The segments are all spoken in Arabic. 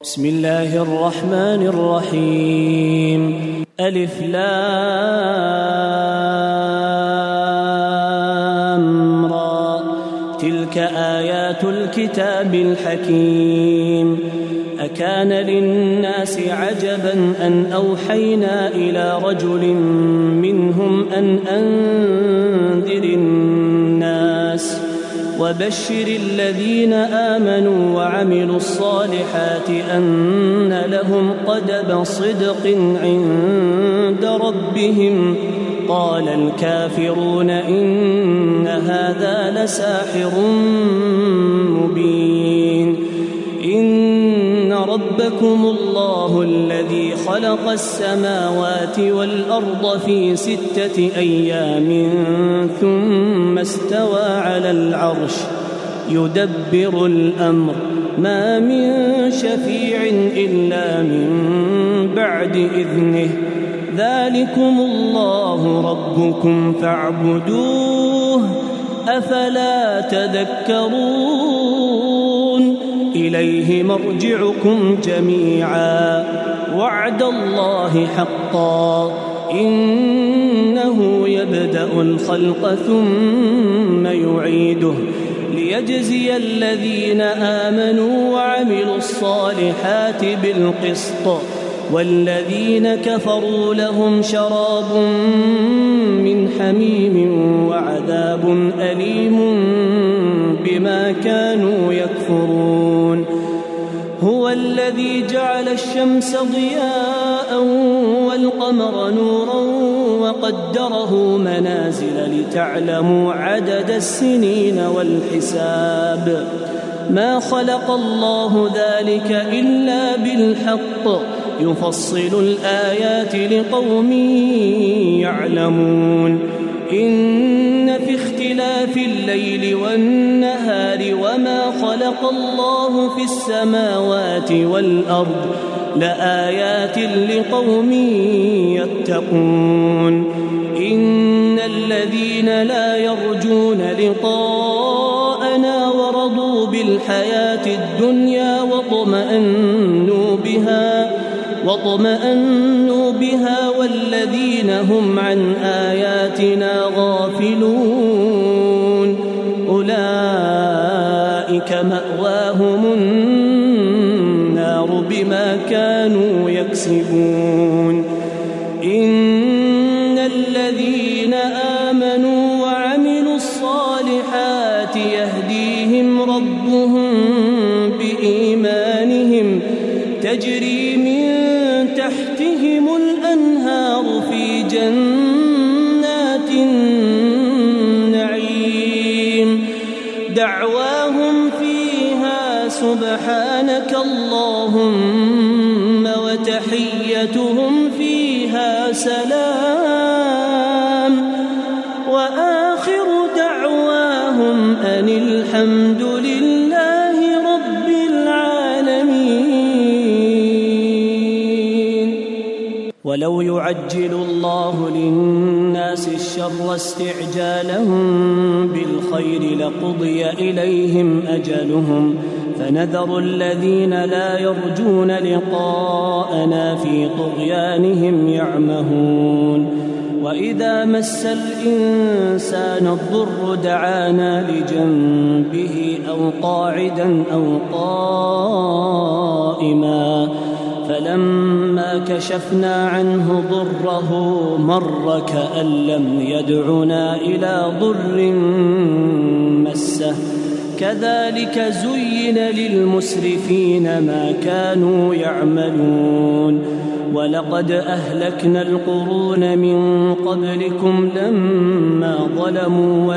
بسم الله الرحمن الرحيم. ألف لام را، تلك آيات الكتاب الحكيم. أكان للناس عجبا أن أوحينا إلى رجل منهم أن أنذر الناس وبشر الذين آمنوا وعملوا الصالحات أن لهم قدم صدق عند ربهم. قال الكافرون إن هذا لساحر مبين. إن ربكم الله الذي خلق السماوات والأرض في 6 أيام ثم استوى على العرش يدبر الأمر ما من شفيع إلا من بعد إذنه. ذلكم الله ربكم فاعبدوه أفلا تذكرون. إليه مرجعكم جميعا وعد الله حقا إنه يبدأ الخلق ثم يعيده ليجزي الذين آمنوا وعملوا الصالحات بالقسط والذين كفروا لهم شراب من حميم وعذاب أليم بما كانوا يكفرون. هو الذي جعل الشمس ضياء والقمر نورا وقدره منازل لتعلموا عدد السنين والحساب. ما خلق الله ذلك إلا بالحق يفصل الآيات لقوم يعلمون. إن في اختلاف الليل والنهار وما خلق الله في السماوات والأرض لآيات لقوم يتقون. إن الذين لا يرجون لقاءنا ورضوا بالحياة الدنيا واطمأنوا بها والذين هم عن آياتنا غافلون أولئك مأواهم النار بما كانوا يكسبون. إن الذين آمنوا وعملوا الصالحات يهديهم ربهم بإيمانهم تجري من تحتهم الأنهار في جنات النعيم. دعواهم فيها سبحانك اللهم وتحيتهم فيها سلام وآخر دعواهم أن الحمد لله رب العالمين. ولو يعجل الله للناس الشر استعجالهم بالخير لقضي إليهم أجلهم فنذر الذين لا يرجون لقاءنا في طغيانهم يعمهون. وإذا مس الإنسان الضر دعانا لجنبه أو قاعدا أو قائما فلما كشفنا عنه ضره مر كأن لم يدعنا إلى ضر مسه. كذلك زين للمسرفين ما كانوا يعملون. ولقد أهلكنا القرون من قبلكم لما ظلموا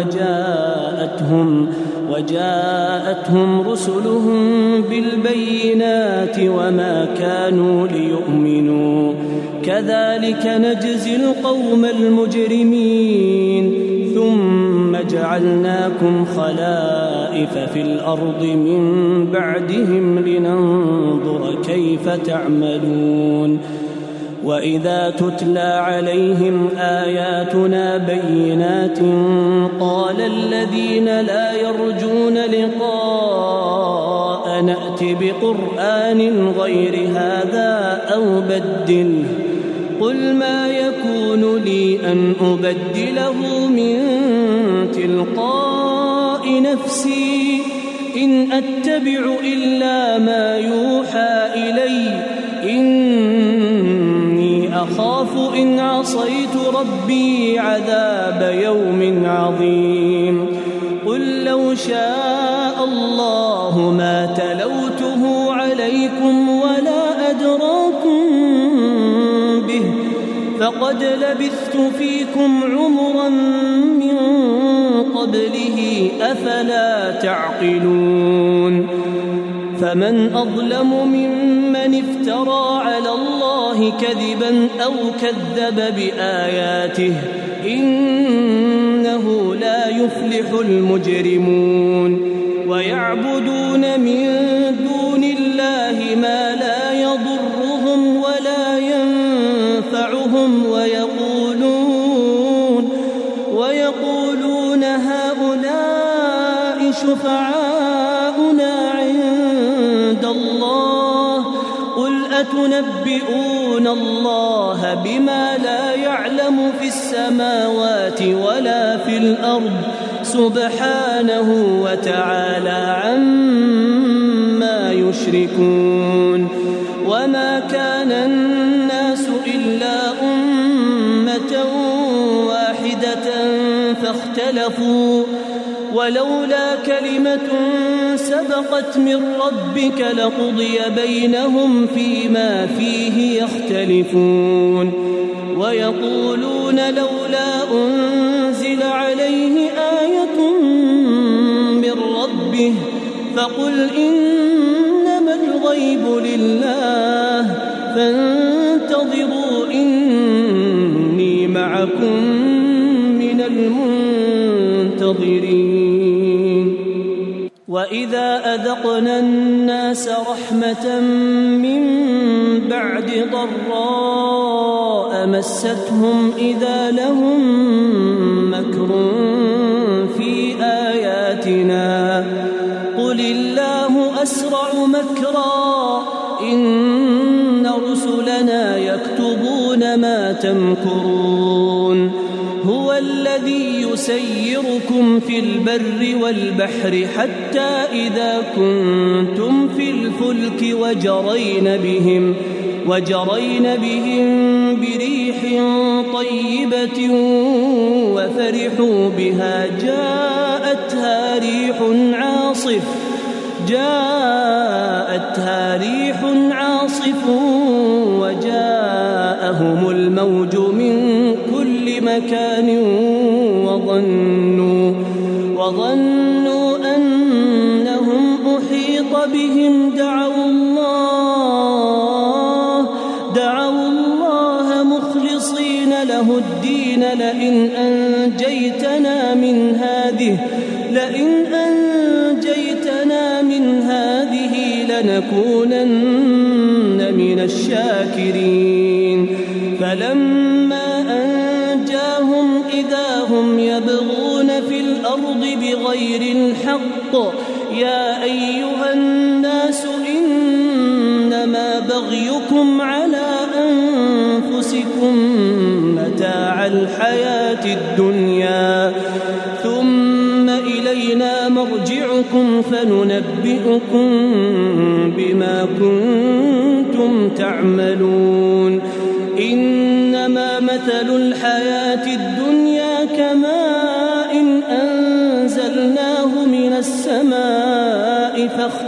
وجاءتهم رسلهم بالبينات وما كانوا ليؤمنوا. كذلك نجزي القوم المجرمين. ثم جعلناكم خلائف في الأرض من بعدهم لننظر كيف تعملون. وإذا تتلى عليهم آياتنا بينات قال الذين لا يرجون لقاءنا الله نأت بقرآن غير هذا أو بدله قل ما يكون لي أن أبدله من تلقاء نفسي إن أتبع إلا ما يوحى إلي إني أخاف إن عصيت ربي عذاب يوم عظيم قل لو شاء الله ما تلوته عليكم ولا أدراكم به فقد لبثت فيكم عمرا من قبله أفلا تعقلون فمن أظلم ممن افترى على الله كذبا أو كذب بآياته إنه لا يفلح المجرمون ويعبدون من دون الله ما لا يضرهم ولا ينفعهم ويقولون هؤلاء شفعاؤنا عند الله قل أتنبئون الله بما لا يعلم في السماوات ولا في الأرض سبحانه وتعالى عما يشركون وما كان الناس إلا أمة واحدة فاختلفوا ولولا كلمة سبقت من ربك لقضي بينهم فيما فيه يختلفون ويقولون لولا أنزل عليه آية من ربه فقل إنما الغيب لله فانتظروا إني معكم من المنتظرين وإذا أذقنا الناس رحمة من بعد ضراء مستهم إذا لهم مكر في آياتنا قل الله أسرع مكرا إن رسلنا يكتبون ما تمكرون هو الذي يسيركم في البر والبحر حتى إذا كنتم في الفلك وجرين بهم بريح طيبة وفرحوا بها جاءتها ريح عاصف وجاءهم الموج من كل مكان وظنوا أنهم أحيط بهم دعوا الله مخلصين له الدين لئن أنجيتنا من هذه لنكونن من الشاكرين فلما أنجاهم إذا هم يبغون في الأرض بغير الحق يا أيها الناس إنما بغيكم على أنفسكم متاع الحياة الدنيا ثم إلينا مرجعكم فننبئكم بما كنتم تعملون إنما مثل الحياة الدنيا كماء أنزلناه من السماء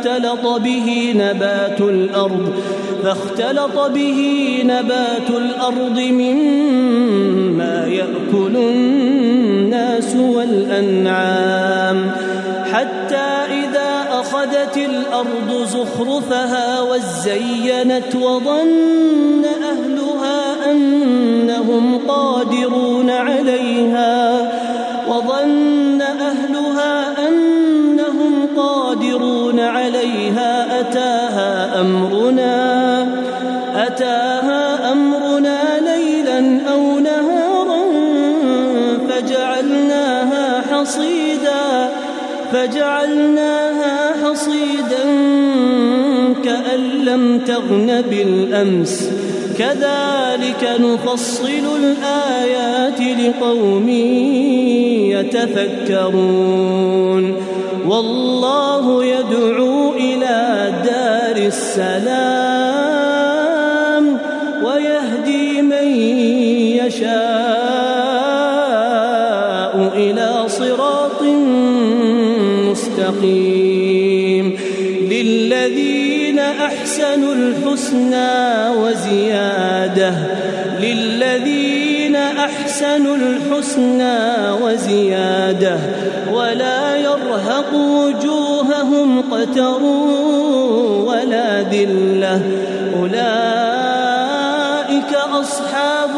فاختلط به نبات الأرض مما يأكل الناس والأنعام حتى إذا أخذت الأرض زخرفها وزينت وظن أهلها أنهم قادرون عليها أتاها أمرنا ليلا أو نهارا فجعلناها حصيدا كأن لم تغن بالأمس كذلك نفصل الآيات لقوم يتفكرون والله يدعو إلى دار السلام ويهدي من يشاء إلى صراط مستقيم للذين أحسنوا الحسنى وزيادة ولا يرهق وجوههم قتر ولا ذلة أولئك أصحاب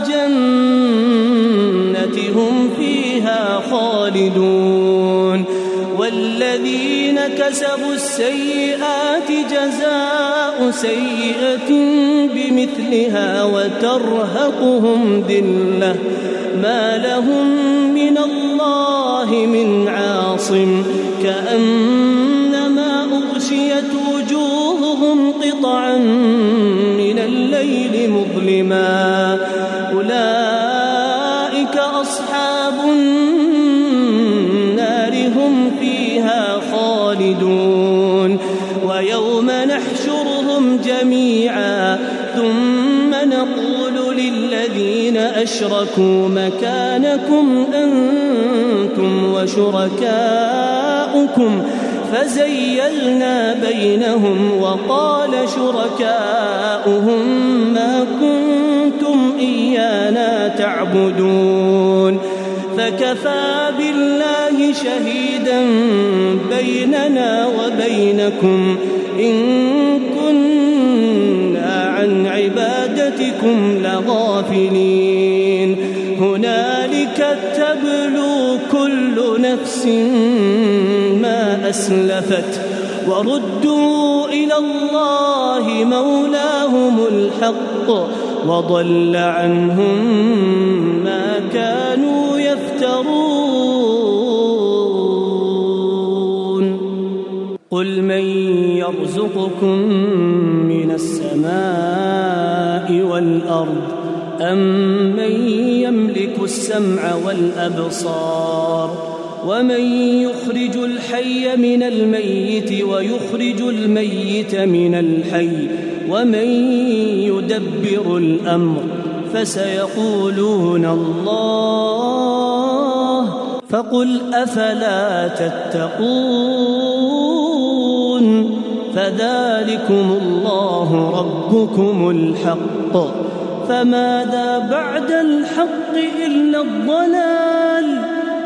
الجنة هم فيها خالدون والذين كسبوا السيئات جزاء سيئة بمثلها وترهقهم ذلة ما لهم من الله من عاصم كأنما أغشيت وجوههم قطعا من الليل مظلما أولئك أصحاب النار هم فيها خالدون ويوم نحشرهم جميعا ثم نقول للذين أشركوا مكانكم أنتم وشركاؤكم فزيلنا بينهم وقال شركاؤهم ما كنتم إيانا تعبدون فكفى بالله شهيدا بيننا وبينكم إن كنا عن عبادتكم لغافلين هنالك تبلو كل نفس ما أسلفت وردوا إلى الله مولاهم الحق وضل عنهم ما كانوا يفترون قل من يرزقكم من السماء والأرض أمن يملك السمع والأبصار ومن يخرج الحي من الميت ويخرج الميت من الحي ومن يدبر الأمر فسيقولون الله فقل أفلا تتقون فذلكم الله ربكم الحق فماذا بعد الحق إلا الضلال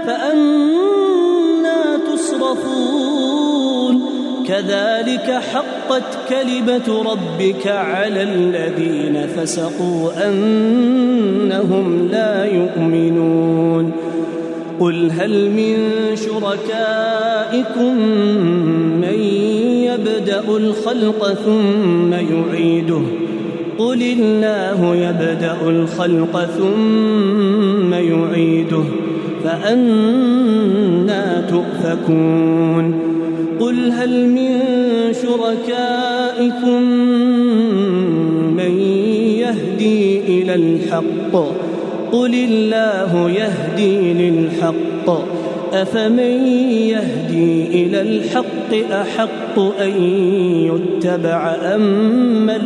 فأنى تصرفون كذلك حقت كلمة ربك على الذين فسقوا أنهم لا يؤمنون قل هل من شركائكم من يبدأ الخلق ثم يعيده قل الله يبدأ الخلق ثم يعيده فأنى تؤفكون قل هل من شركائكم من يهدي إلى الحق قل الله يهدي للحق أفمن يهدي إلى الحق أحق أن يتبع أمن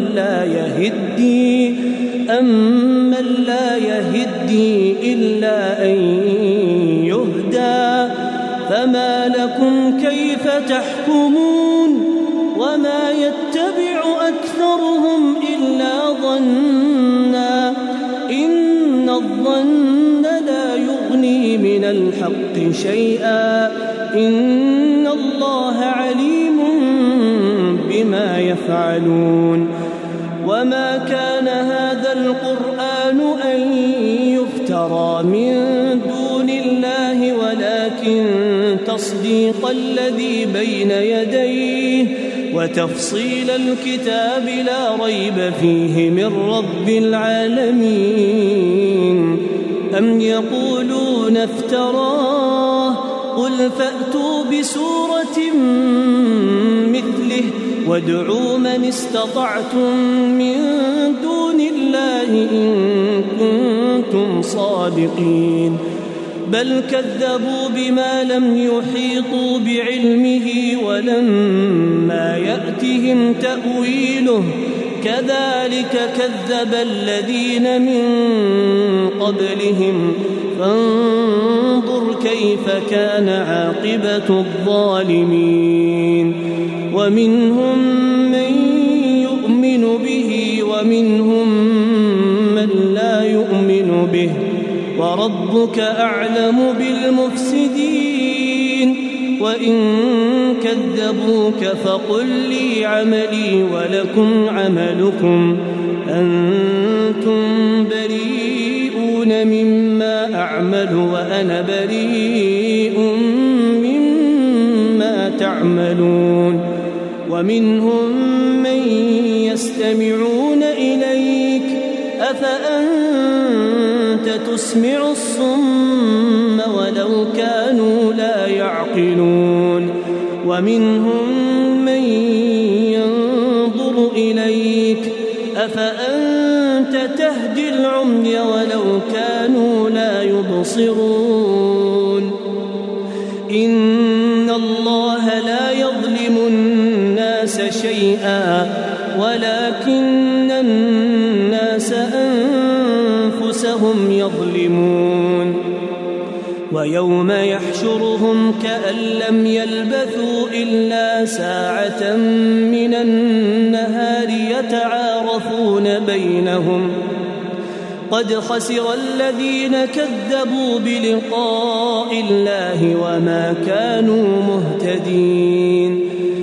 لا يهدي إلا أن يهدى فما لكم كيف تحكمون وما يتبع أكثرهم إلا ظنا إن الظن لا يغني من الحق شيئا إن الله عليم بما يفعلون وما كان هذا القرآن أن يفترى من دون الله ولكن تصديق الذي بين يديه وتفصيل الكتاب لا ريب فيه من رب العالمين أم يقولون افتراه قل فأتوا بسورة مثله وادعوا من استطعتم من دون الله إن كنتم صادقين بل كذبوا بما لم يحيطوا بعلمه ولما يأتهم تأويله كذلك كذب الذين من قبلهم فانظر كيف كان عاقبة الظالمين ومنهم من يؤمن به ومنهم من لا يؤمن به وربك أعلم بالمفسدين وإن كذبوك فقل لي عملي ولكم عملكم أنتم بريئون مما أعمل وأنا بريء مما تعملون ومنهم من يستمعون إليك أفأنت تسمع الصم ولو كانوا لا يعقلون ومنهم من ينظر إليك أفأنت تهدي العمي ولو كانوا لا يبصرون إن الله لا يظلم الناس شيئا ولكن الناس أنفسهم يظلمون ويوم يحشرهم كأن لم يلبثوا إلا ساعة من النهار يتعارفون بينهم قد خسر الذين كذبوا بلقاء الله وما كانوا مهتدين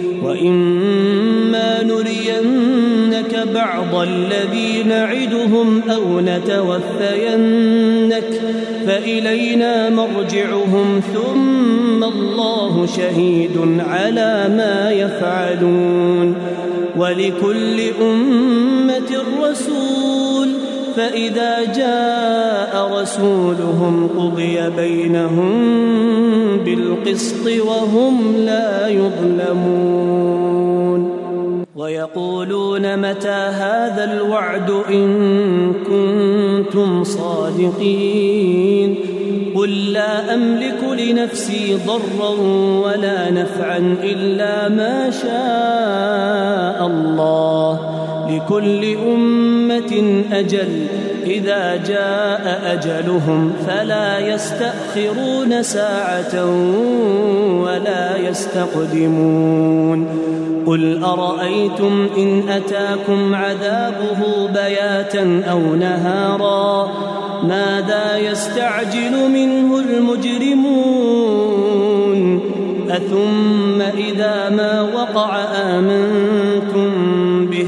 وإما نرينك بعض الذي نعدهم أو نتوفينك فإلينا مرجعهم ثم الله شهيد على ما يفعلون ولكل أمة رسول فإذا جاء رسولهم قضي بينهم بالقسط وهم لا يظلمون ويقولون متى هذا الوعد إن كنتم صادقين قل لا أملك لنفسي ضرا ولا نفعا إلا ما شاء الله لكل أمة أجل إذا جاء أجلهم فلا يستأخرون ساعة ولا يستقدمون قل أرأيتم إن أتاكم عذابه بياتا أو نهارا ماذا يستعجل منه المجرمون أثم إذا ما وقع آمنتم به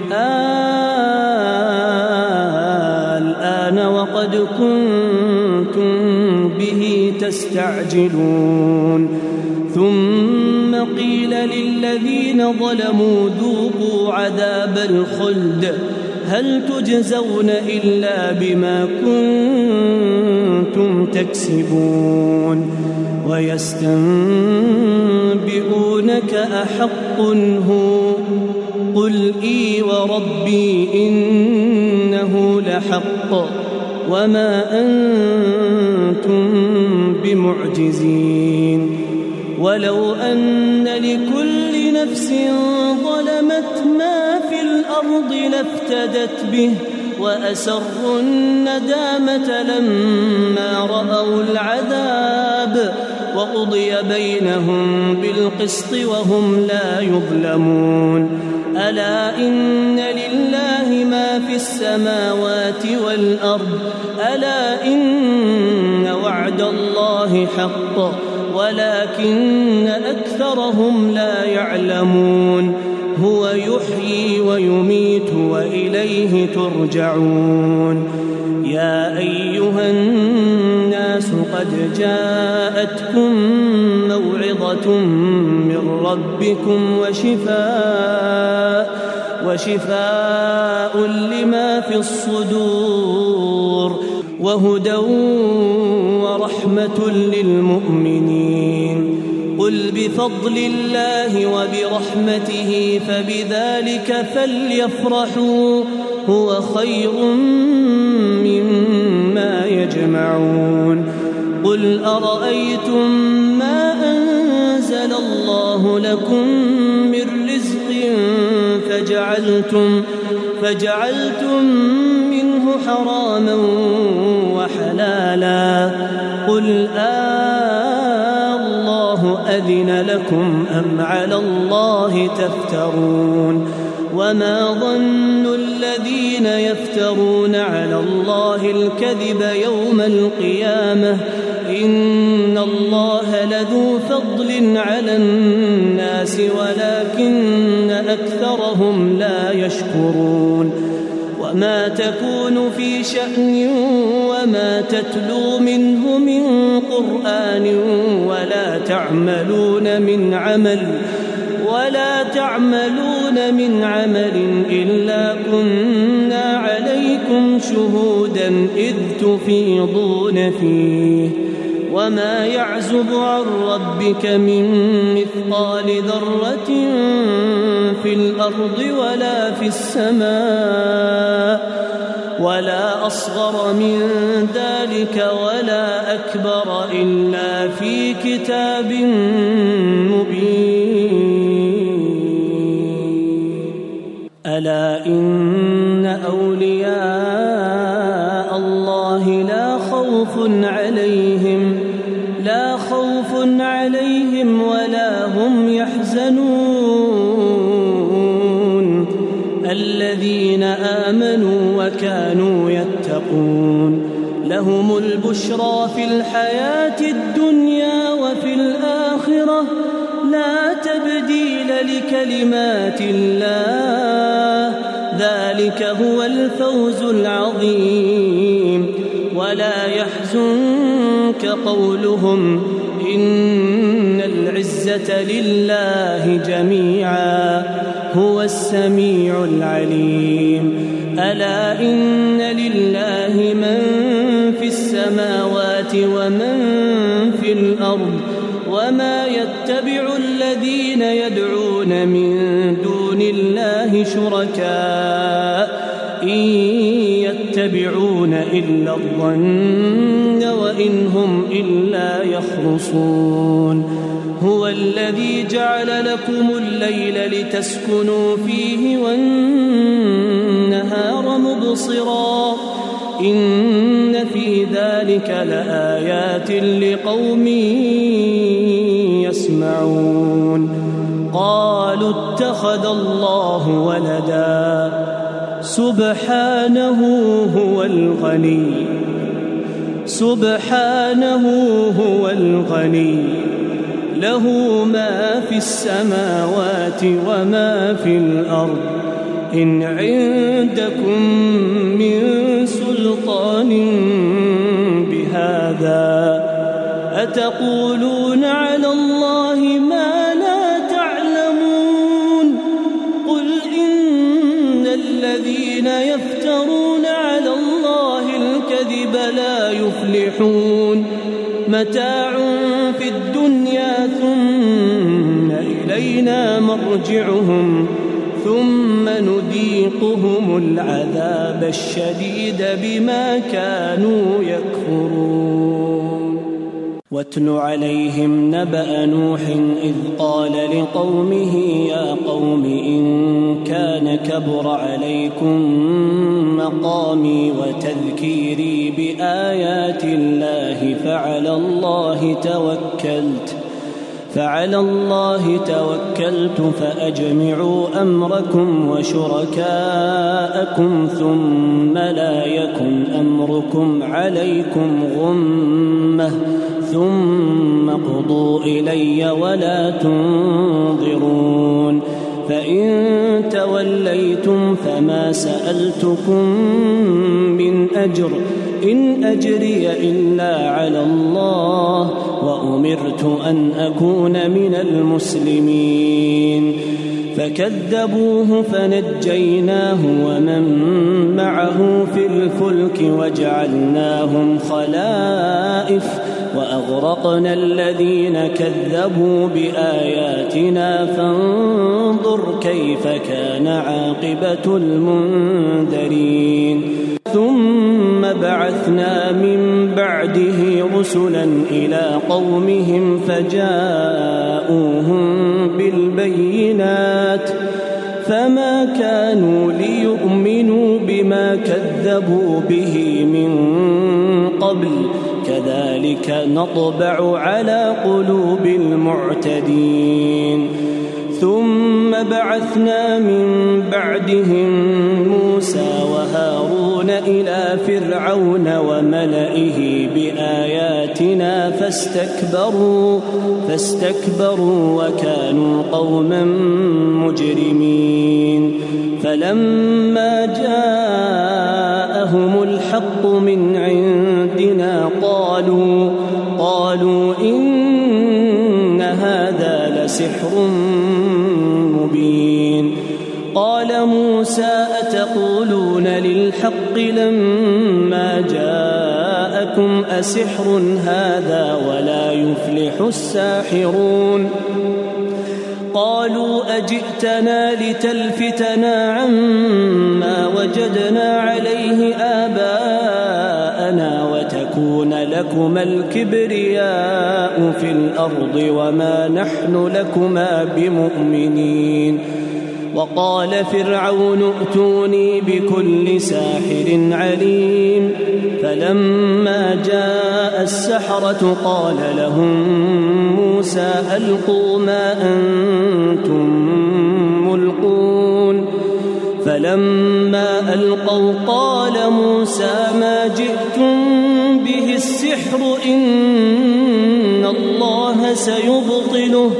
الآن وقد كنتم به تستعجلون ثم قيل للذين ظلموا ذوقوا عذاب الخلد هل تجزون إلا بما كنتم تكسبون ويستنبئونك أحق هو قل إي وربي إنه لحق وما أنتم بمعجزين ولو أن لكل نفس ظلمت ما في الأرض لافتدت به وأسروا الندامة لما رأوا العذاب وقضي بينهم بالقسط وهم لا يظلمون ألا إن لله ما في السماوات والأرض ألا إن وعد الله حق ولكن أكثرهم لا يعلمون هو يحيي ويميت وإليه ترجعون يا أيها الناس قد جاءتكم موعظة من ربكم وشفاء لما في الصدور وهدى ورحمة للمؤمنين قل بفضل الله وبرحمته فبذلك فليفرحوا هو خير مما يجمعون قل أرأيتم ما أنزل الله لكم من رزق فجعلتم منه حراما وحلالا قل الله أذن لكم أم على الله تفترون وما ظن الذين يفترون على الله الكذب يوم القيامة إن الله لذو فضل على الناس ولكن أكثرهم لا يشكرون وما تكون في شأن وما تتلو منه من قرآن ولا تعملون من عمل إلا كنا عليكم شهودا إذ تفيضون فيه وما يعزب عن ربك من مثقال ذرة في الأرض ولا في السماء ولا أصغر من ذلك ولا أكبر إلا في كتاب مبين ألا إن أولياء الله لا خوف عليهم ولا هم يحزنون الذين آمنوا وكانوا يتقون لهم البشرى في الحياة الدنيا وفي الآخرة لا تبديل لكلمات الله ذلك هو الفوز العظيم ولا يحزنك قولهم إن العزة لله جميعا هو السميع العليم ألا إن لله من في السماوات ومن في الأرض وما يتبع الذين يدعون من دون الله شركاء إن يتبعون إلا الظن وإن هم إلا يخرصون هو الذي جعل لكم الليل لتسكنوا فيه والنهار مبصرا إن في ذلك لآيات لقوم يسمعون قالوا اتخذ الله ولدا سبحانه هو الغني له ما في السماوات وما في الأرض إن عندكم من سلطان بهذا أتقولون على الله ما لا تعلمون قل إن الذين يفترون على الله الكذب لا يفلحون متاع في الدنيا ثم إلينا مرجعهم ثم نذيقهم العذاب الشديد بما كانوا يكفرون واتل عليهم نبأ نوح إذ قال لقومه يا قوم إن كان كبر عليكم مقامي وتذكيري بآيات الله فعلى الله توكلت فأجمعوا أمركم وشركاءكم ثم لا يكن أمركم عليكم غمة ثم اقضوا إلي ولا تنظرون فإن توليتم فما سألتكم من أجر إن أجري إلا على الله وأمرت أن أكون من المسلمين فكذبوه فنجيناه ومن معه في الفلك وجعلناهم خلائف وأغرقنا الذين كذبوا بآياتنا فانظر كيف كان عاقبة المنذرين ثم بعثنا من بعده رسلا إلى قومهم فجاءوهم بالبينات فما كانوا ليؤمنوا بما كذبوا به من قبل كذلك نطبع على قلوب المعتدين ثم بعثنا من بعدهم موسى وهارون إلى فرعون وملئه بآياتنا فاستكبروا وكانوا قوما مجرمين فلما جاءهم الحق من عندنا قالوا إن هذا لسحر مبين قال موسى أتقولون للحق لما جاءكم أسحر هذا ولا يفلح الساحرون قالوا أجئتنا لتلفتنا عما وجدنا عليه آباءنا وتكون لكما الكبرياء في الأرض وما نحن لكما بمؤمنين وقال فرعون ائتوني بكل ساحر عليم فلما جاء السحرة قال لهم موسى ألقوا ما أنتم ملقون فلما ألقوا قال موسى ما جئتم به السحر إن الله سيبطله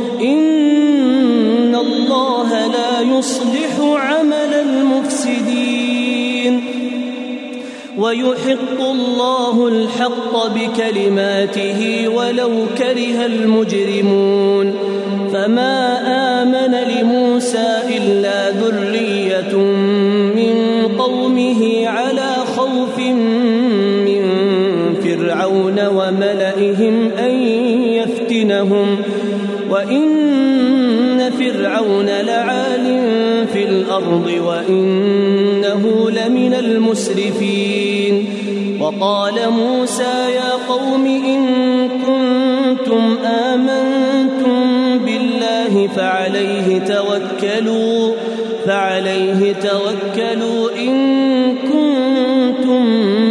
إن الله لا يصلح عمل المفسدين ويحق الله الحق بكلماته ولو كره المجرمون فما آمن لموسى إلا ذرية من قومه على خوف من فرعون وملئهم أن يفتنهم وإن فرعون لعال في الأرض وإنه لمن المسرفين وقال موسى يا قوم إن كنتم آمنتم بالله فعليه توكلوا إن كنتم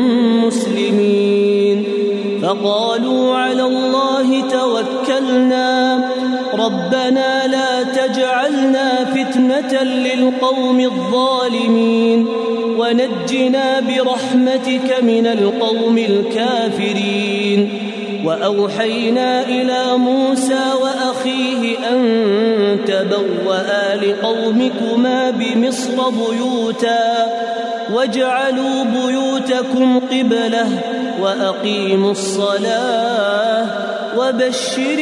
مسلمين فقالوا على الله توكلنا ربنا لا تجعلنا فتنة للقوم الظالمين ونجنا برحمتك من القوم الكافرين وأوحينا إلى موسى وأخيه أن تبوأ لقومكما بمصر بيوتا واجعلوا بيوتكم قبلة وأقيموا الصلاة وبشر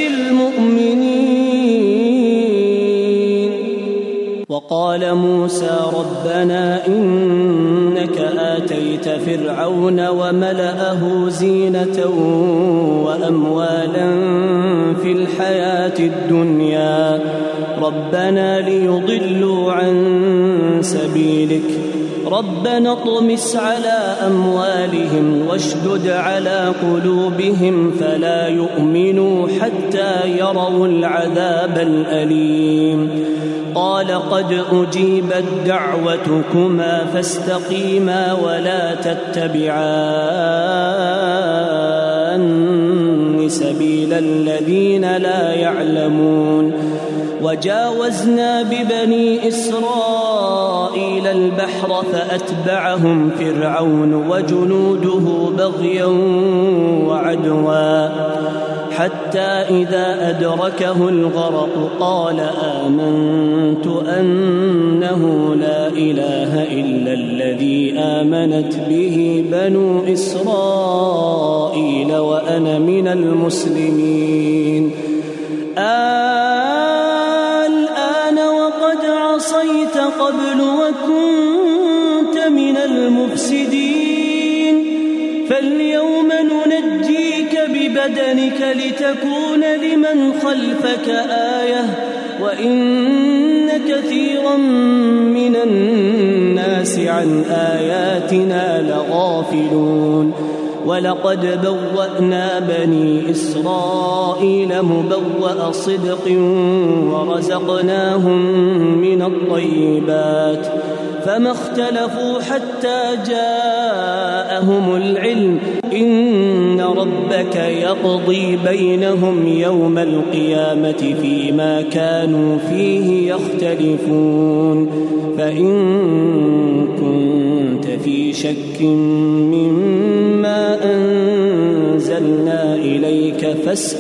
المؤمنين وقال موسى ربنا إنك آتيت فرعون وملأه زينة وأموالا في الحياة الدنيا ربنا ليضلوا عن سبيلك ربنا اطمس على أموالهم واشدد على قلوبهم فلا يؤمنوا حتى يروا العذاب الأليم قال قد أجيبت دعوتكما فاستقيما ولا تتبعان سبيل الذين لا يعلمون وجاوزنا ببني إسرائيل البحر فأتبعهم فرعون وجنوده بغيا وعدوا حتى إذا أدركه الغرق قال آمنت أنه لا إله إلا الذي آمنت به بنو إسرائيل وأنا من المسلمين الآن وقد عصيت قبل وكنت من المفسدين فاليوم ننجيك ببدنك بدنك لتكون لمن خلفك آية وإن كثيرا من الناس عن آياتنا لغافلون ولقد بوأنا بني إسرائيل مبوأ صدق ورزقناهم من الطيبات فما اختلفوا حتى جاءهم العلم إن ربك يقضي بينهم يوم القيامة فيما كانوا فيه يختلفون فإن كنت في شك مما أنزلنا إليك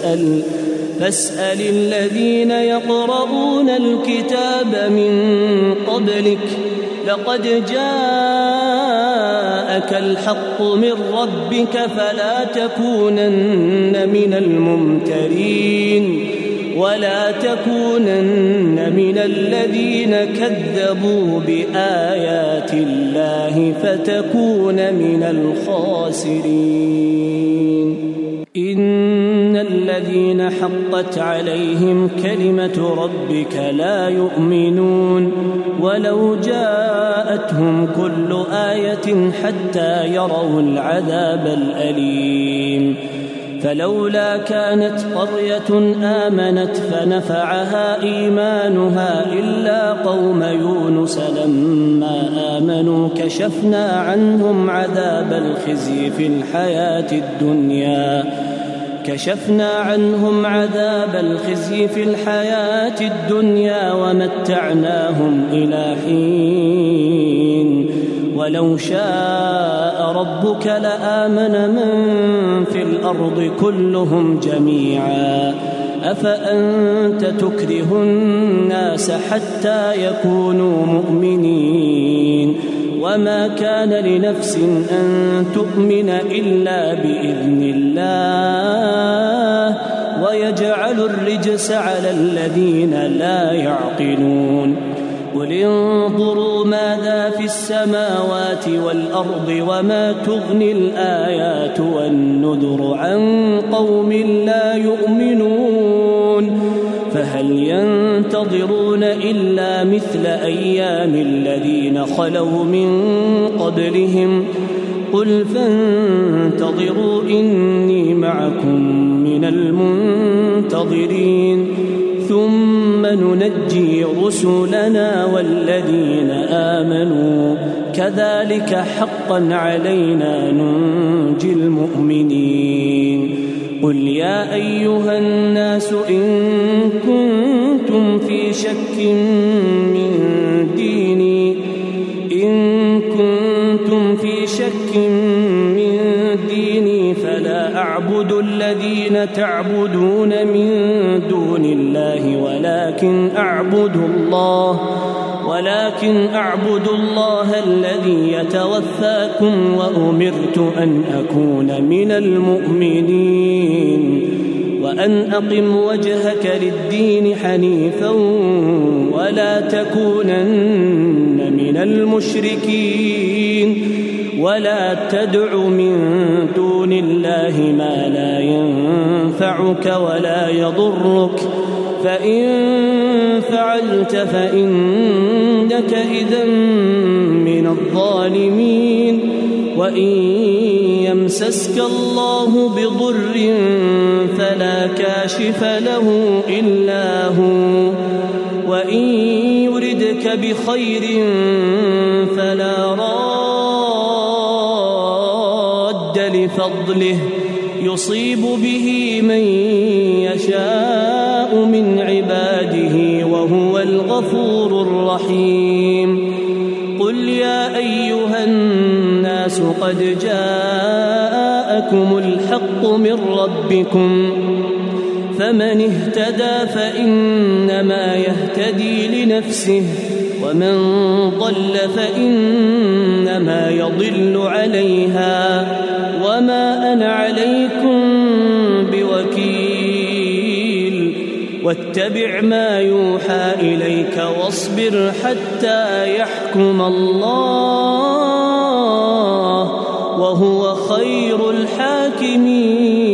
فاسأل الذين يقرؤون الكتاب من قبلك لقد جاءك الحق من ربك فلا تكونن من الممترين ولا تكونن من الذين كذبوا بآيات الله فتكون من الخاسرين إن الذين حقت عليهم كلمة ربك لا يؤمنون ولو جاءتهم كل آية حتى يروا العذاب الأليم فلولا كانت قرية آمنت فنفعها إيمانها إلا قوم يونس لما آمنوا كشفنا عنهم عذاب الخزي في الحياة الدنيا ومتعناهم إلى حين ولو شاء ربك لآمن من في الأرض كلهم جميعا أفأنت تكره الناس حتى يكونوا مؤمنين وما كان لنفس أن تؤمن إلا بإذن الله ويجعل الرجس على الذين لا يعقلون قل انظروا ماذا في السماوات والأرض وما تغني الآيات والنذر عن قوم لا يؤمنون فهل ينتظرون إلا مثل أيام الذين خلوا من قبلهم قل فانتظروا إني معكم من المنتظرين ثم ننجي رسلنا والذين آمنوا كذلك حقا علينا ننجي المؤمنين قل يا أيها الناس إن كنتم في شك من ديني فلا أعبد الذين تعبدون من دون الله ولكن أعبد الله الذي يتوفاكم وأمرت أن أكون من المؤمنين وأن أقم وجهك للدين حنيفا ولا تكونن من المشركين ولا تدع من دون الله ما لا ينفعك ولا يضرك فإن فعلت فإنك إذا من الظالمين وإن يمسسك الله بضر فلا كاشف له إلا هو وإن يردك بخير فلا راد لفضله يصيب به من يشاء من عباده وهو الغفور الرحيم قل يا أيها الناس قد جاءكم الحق من ربكم فمن اهتدى فإنما يهتدي لنفسه ومن ضل فإنما يضل عليها وما أنا عليكم بوكيل واتبع ما يوحى إليك واصبر حتى يحكم الله وهو خير الحاكمين